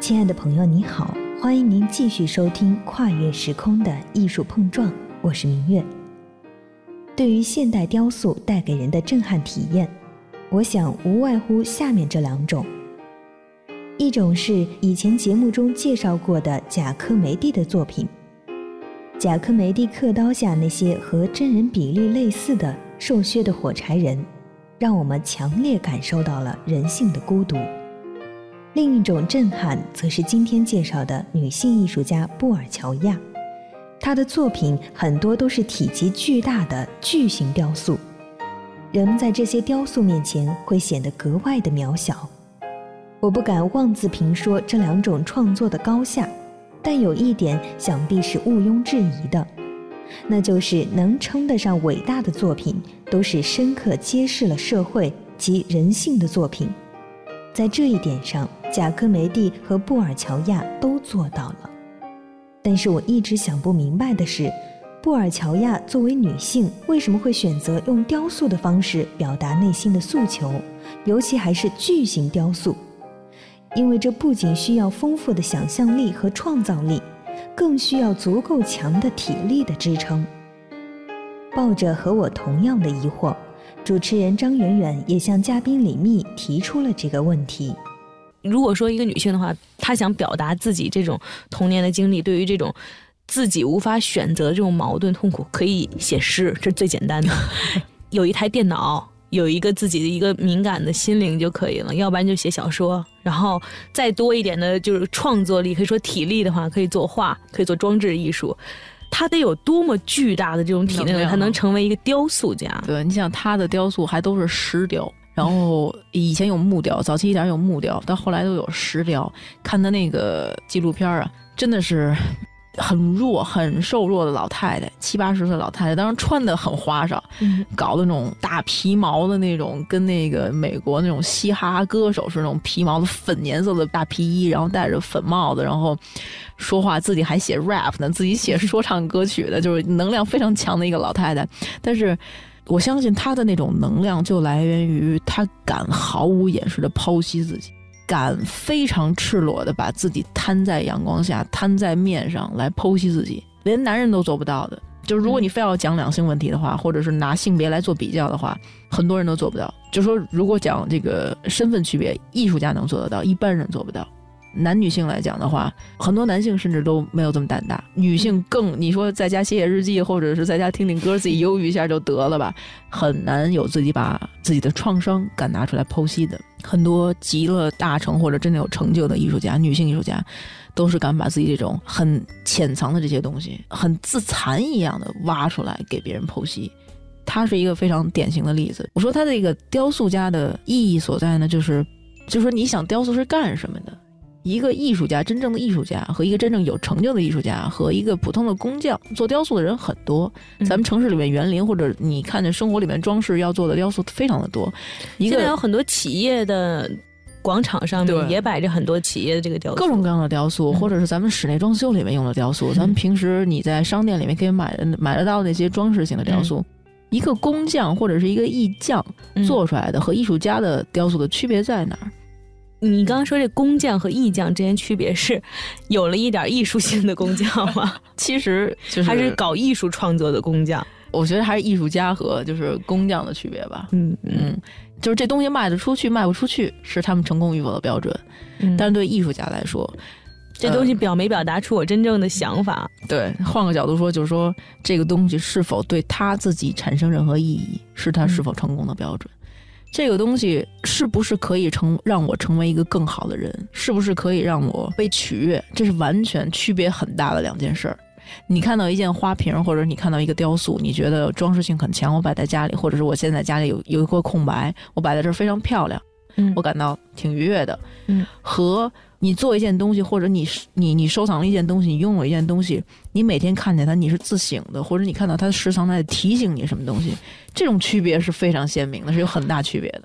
亲爱的朋友你好，欢迎您继续收听跨越时空的艺术碰撞，我是明月。对于现代雕塑带给人的震撼体验，我想无外乎下面这两种。一种是以前节目中介绍过的贾科梅蒂的作品，贾科梅蒂刻刀下那些和真人比例类似的瘦削的火柴人，让我们强烈感受到了人性的孤独。另一种震撼则是今天介绍的女性艺术家布尔乔亚，她的作品很多都是体积巨大的巨型雕塑，人们在这些雕塑面前会显得格外的渺小。我不敢妄自评说这两种创作的高下，但有一点想必是毋庸置疑的，那就是能称得上伟大的作品都是深刻揭示了社会及人性的作品。在这一点上，贾科梅蒂和布尔乔亚都做到了。但是我一直想不明白的是，布尔乔亚作为女性，为什么会选择用雕塑的方式表达内心的诉求，尤其还是巨型雕塑？因为这不仅需要丰富的想象力和创造力，更需要足够强的体力的支撑。抱着和我同样的疑惑，主持人张远远也向嘉宾李密提出了这个问题。 如果说一个女性的话，她想表达自己这种童年的经历，对于这种自己无法选择的这种矛盾痛苦，可以写诗，这是最简单的。有一台电脑，有一个自己的一个敏感的心灵就可以了，要不然就写小说，然后再多一点的就是创作力，可以说体力的话，可以作画，可以做装置艺术。他得有多么巨大的这种体能，才能成为一个雕塑家？ 对，你想他的雕塑还都是石雕，然后以前有木雕，早期一点有木雕，到后来都有石雕。看他那个纪录片啊，真的是很弱、很瘦弱的老太太，70、80岁老太太，当然穿得很花哨，搞的那种大皮毛的那种，跟那个美国那种嘻哈歌手是那种皮毛的粉颜色的大皮衣，然后戴着粉帽子，然后说话自己还写 rap 呢，自己写说唱歌曲的，就是能量非常强的一个老太太。但是我相信她的那种能量就来源于她敢毫无掩饰的剖析自己，敢非常赤裸的把自己摊在阳光下，摊在面上来剖析自己，连男人都做不到的。就是如果你非要讲两性问题的话，或者是拿性别来做比较的话，很多人都做不到。就说如果讲这个身份区别，艺术家能做得到，一般人做不到。男女性来讲的话，很多男性甚至都没有这么胆大，女性更，你说在家写写日记，或者是在家听听歌，自己忧郁一下就得了吧，很难有自己把自己的创伤敢拿出来剖析的。很多集了大成或者真的有成就的艺术家，女性艺术家，都是敢把自己这种很潜藏的这些东西，很自残一样的挖出来给别人剖析。他是一个非常典型的例子。我说他这个雕塑家的意义所在呢，就是说你想雕塑是干什么的？一个艺术家，真正的艺术家和一个真正有成就的艺术家和一个普通的工匠，做雕塑的人很多。咱们城市里面园林或者你看见生活里面装饰要做的雕塑非常的多。 现在有很多企业的广场上面也摆着很多企业的这个雕塑， 各种各样的雕塑，或者是咱们室内装修里面用的雕塑，咱们平时你在商店里面可以买得到那些装饰性的雕塑。一个工匠或者是一个艺匠做出来的和艺术家的雕塑的区别在哪儿？ 你刚刚说这工匠和艺匠之间区别是有了一点艺术性的工匠吗？ 其实就是还是搞艺术创作的工匠。 我觉得还是艺术家和就是工匠的区别吧。就是这东西卖得出去卖不出去是他们成功与否的标准。但是对艺术家来说， 这东西表没表达出我真正的想法。 对，换个角度说，就是说这个东西是否对他自己产生任何意义，是他是否成功的标准。这个东西是不是可以让我成为一个更好的人，是不是可以让我被取悦，这是完全区别很大的两件事儿。你看到一件花瓶，或者你看到一个雕塑，你觉得装饰性很强，我摆在家里，或者是我现在家里有一块空白，我摆在这儿非常漂亮，我感到挺愉悦的。和你做一件东西，或者你收藏了一件东西，你拥有一件东西，你每天看见它，你是自省的，或者你看到它的时常在提醒你什么东西，这种区别是非常鲜明的，是有很大区别的。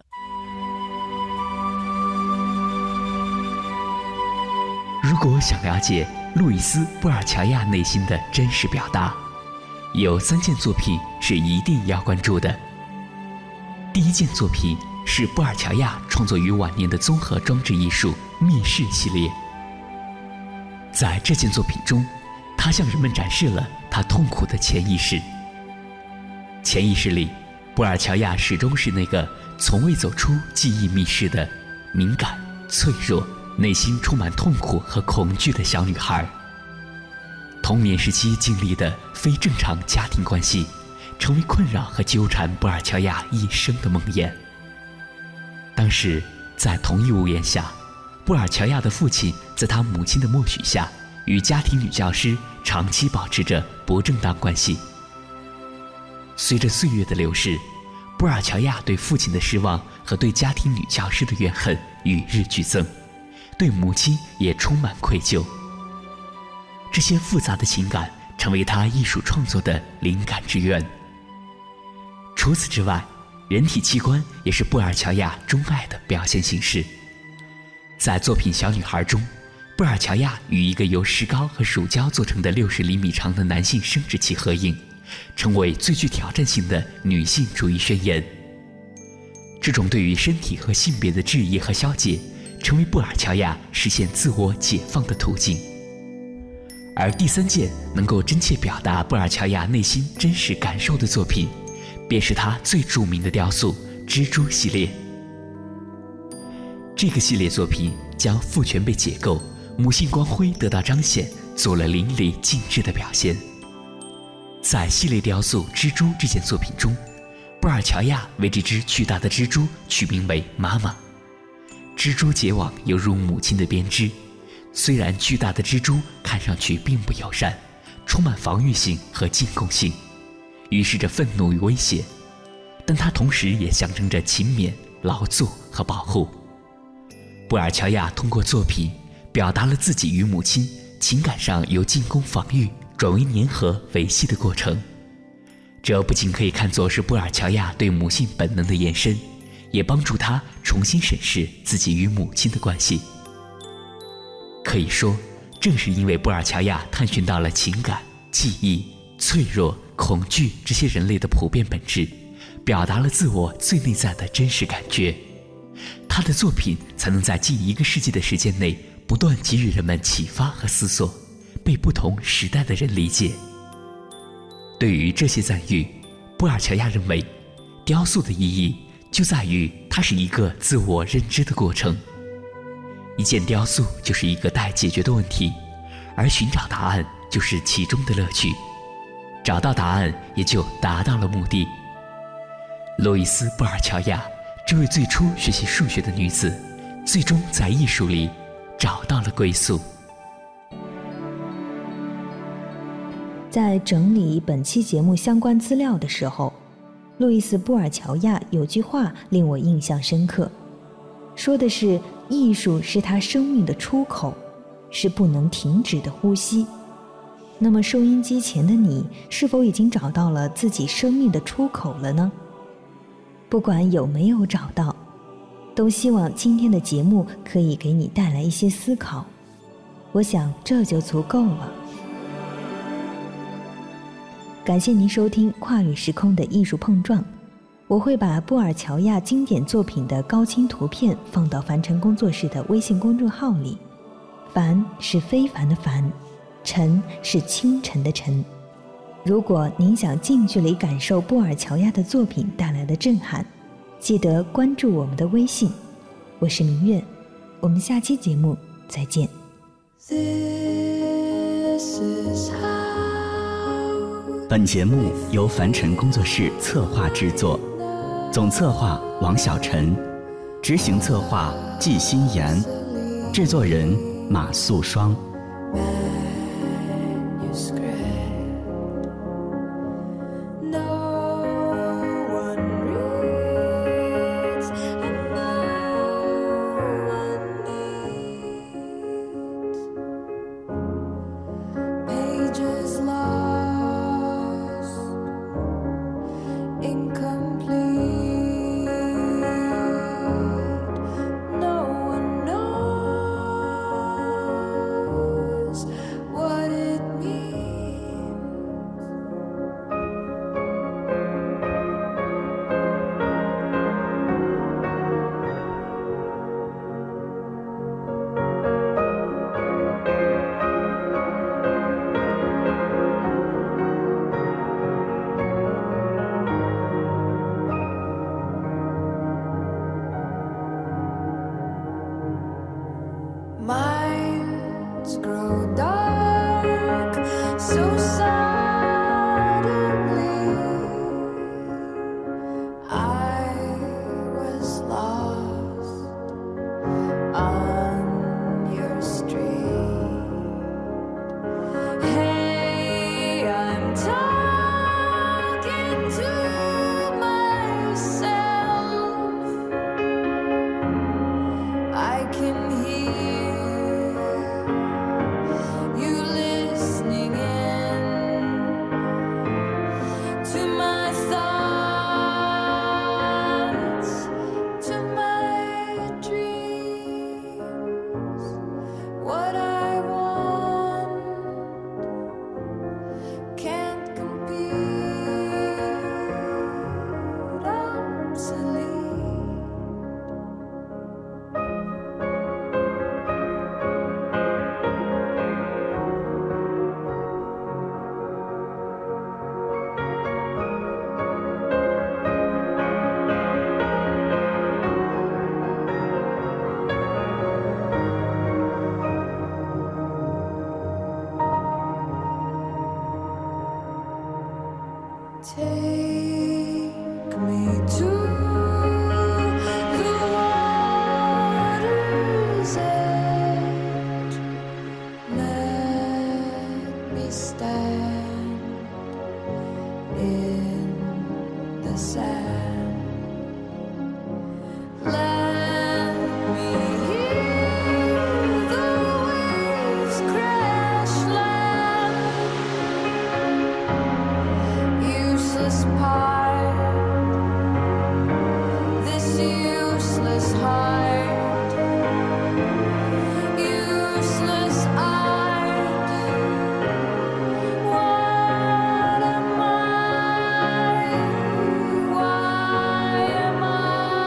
如果想了解路易斯·布尔乔亚内心的真实表达，有3件作品是一定要关注的。第一件作品是布尔乔亚创作于晚年的综合装置艺术密室系列， 在这件作品中，他向人们展示了他痛苦的潜意识。潜意识里，布尔乔亚始终是那个从未走出记忆密室的敏感、脆弱、内心充满痛苦和恐惧的小女孩。童年时期经历的非正常家庭关系，成为困扰和纠缠布尔乔亚一生的梦魇。当时，在同一屋檐下，布尔乔亚的父亲在他母亲的默许下，与家庭女教师长期保持着不正当关系。随着岁月的流逝，布尔乔亚对父亲的失望和对家庭女教师的怨恨与日俱增，对母亲也充满愧疚。这些复杂的情感成为他艺术创作的灵感之源。除此之外，人体器官也是布尔乔亚钟爱的表现形式。在作品《小女孩》中，布尔乔亚与一个由石膏和乳胶做成的60厘米长的男性生殖器合影，成为最具挑战性的女性主义宣言。这种对于身体和性别的质疑和消解，成为布尔乔亚实现自我解放的途径。而第3件能够真切表达布尔乔亚内心真实感受的作品，便是他最著名的雕塑《蜘蛛》系列。这个系列作品将父权被解构、母性光辉得到彰显做了淋漓尽致的表现。在系列雕塑《蜘蛛》这件作品中，布尔乔亚为这只巨大的蜘蛛取名为妈妈。蜘蛛结网犹如母亲的编织，虽然巨大的蜘蛛看上去并不友善，充满防御性和进攻性，预示着愤怒与威胁，但它同时也象征着勤勉、劳作和保护。布尔乔亚通过作品表达了自己与母亲情感上由进攻防御转为粘合维系的过程。这不仅可以看作是布尔乔亚对母性本能的延伸，也帮助他重新审视自己与母亲的关系。可以说，正是因为布尔乔亚探寻到了情感、记忆、脆弱、恐惧这些人类的普遍本质，表达了自我最内在的真实感觉，他的作品才能在近1个世纪的时间内不断给予人们启发和思索，被不同时代的人理解。对于这些赞誉，布尔乔亚认为，雕塑的意义就在于它是一个自我认知的过程。一件雕塑就是一个待解决的问题，而寻找答案就是其中的乐趣，找到答案也就达到了目的。路易斯·布尔乔亚这位最初学习数学的女子，最终在艺术里找到了归宿。 在整理本期节目相关资料的时候，路易斯·布尔乔亚有句话令我印象深刻，说的是艺术是他生命的出口，是不能停止的呼吸。那么收音机前的你，是否已经找到了自己生命的出口了呢？不管有没有找到，都希望今天的节目可以给你带来一些思考，我想这就足够了。感谢您收听跨越时空的艺术碰撞，我会把布尔乔亚经典作品的高清图片放到凡尘工作室的微信公众号里。凡是非凡的凡，尘是清晨的晨。如果您想近距离感受布尔乔亚的作品带来的震撼，记得关注我们的微信。我是明月，我们下期节目再见。 This is how 本节目由凡尘工作室策划制作，总策划王小晨，执行策划季新言，制作人马素双。 What it means minds grow dark so suddenly. I was lost on your street. Hey, I'm talking to myself. I can hear you listening in to my thoughts, to my dreams. What I want can't compete, obsolete. Take me to the water's edge. Let me stand in the sand. Let me hear the waves crash land. Useless part, this useless heart, useless art. What am I? Why am I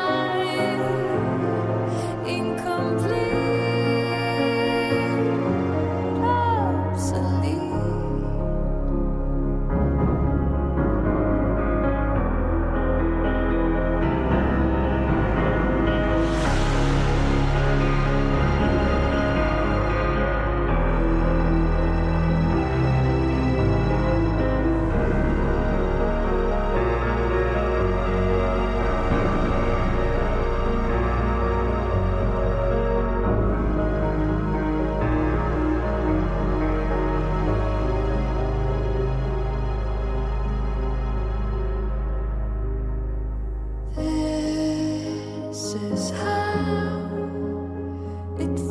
incomplete, obsolete? This is how it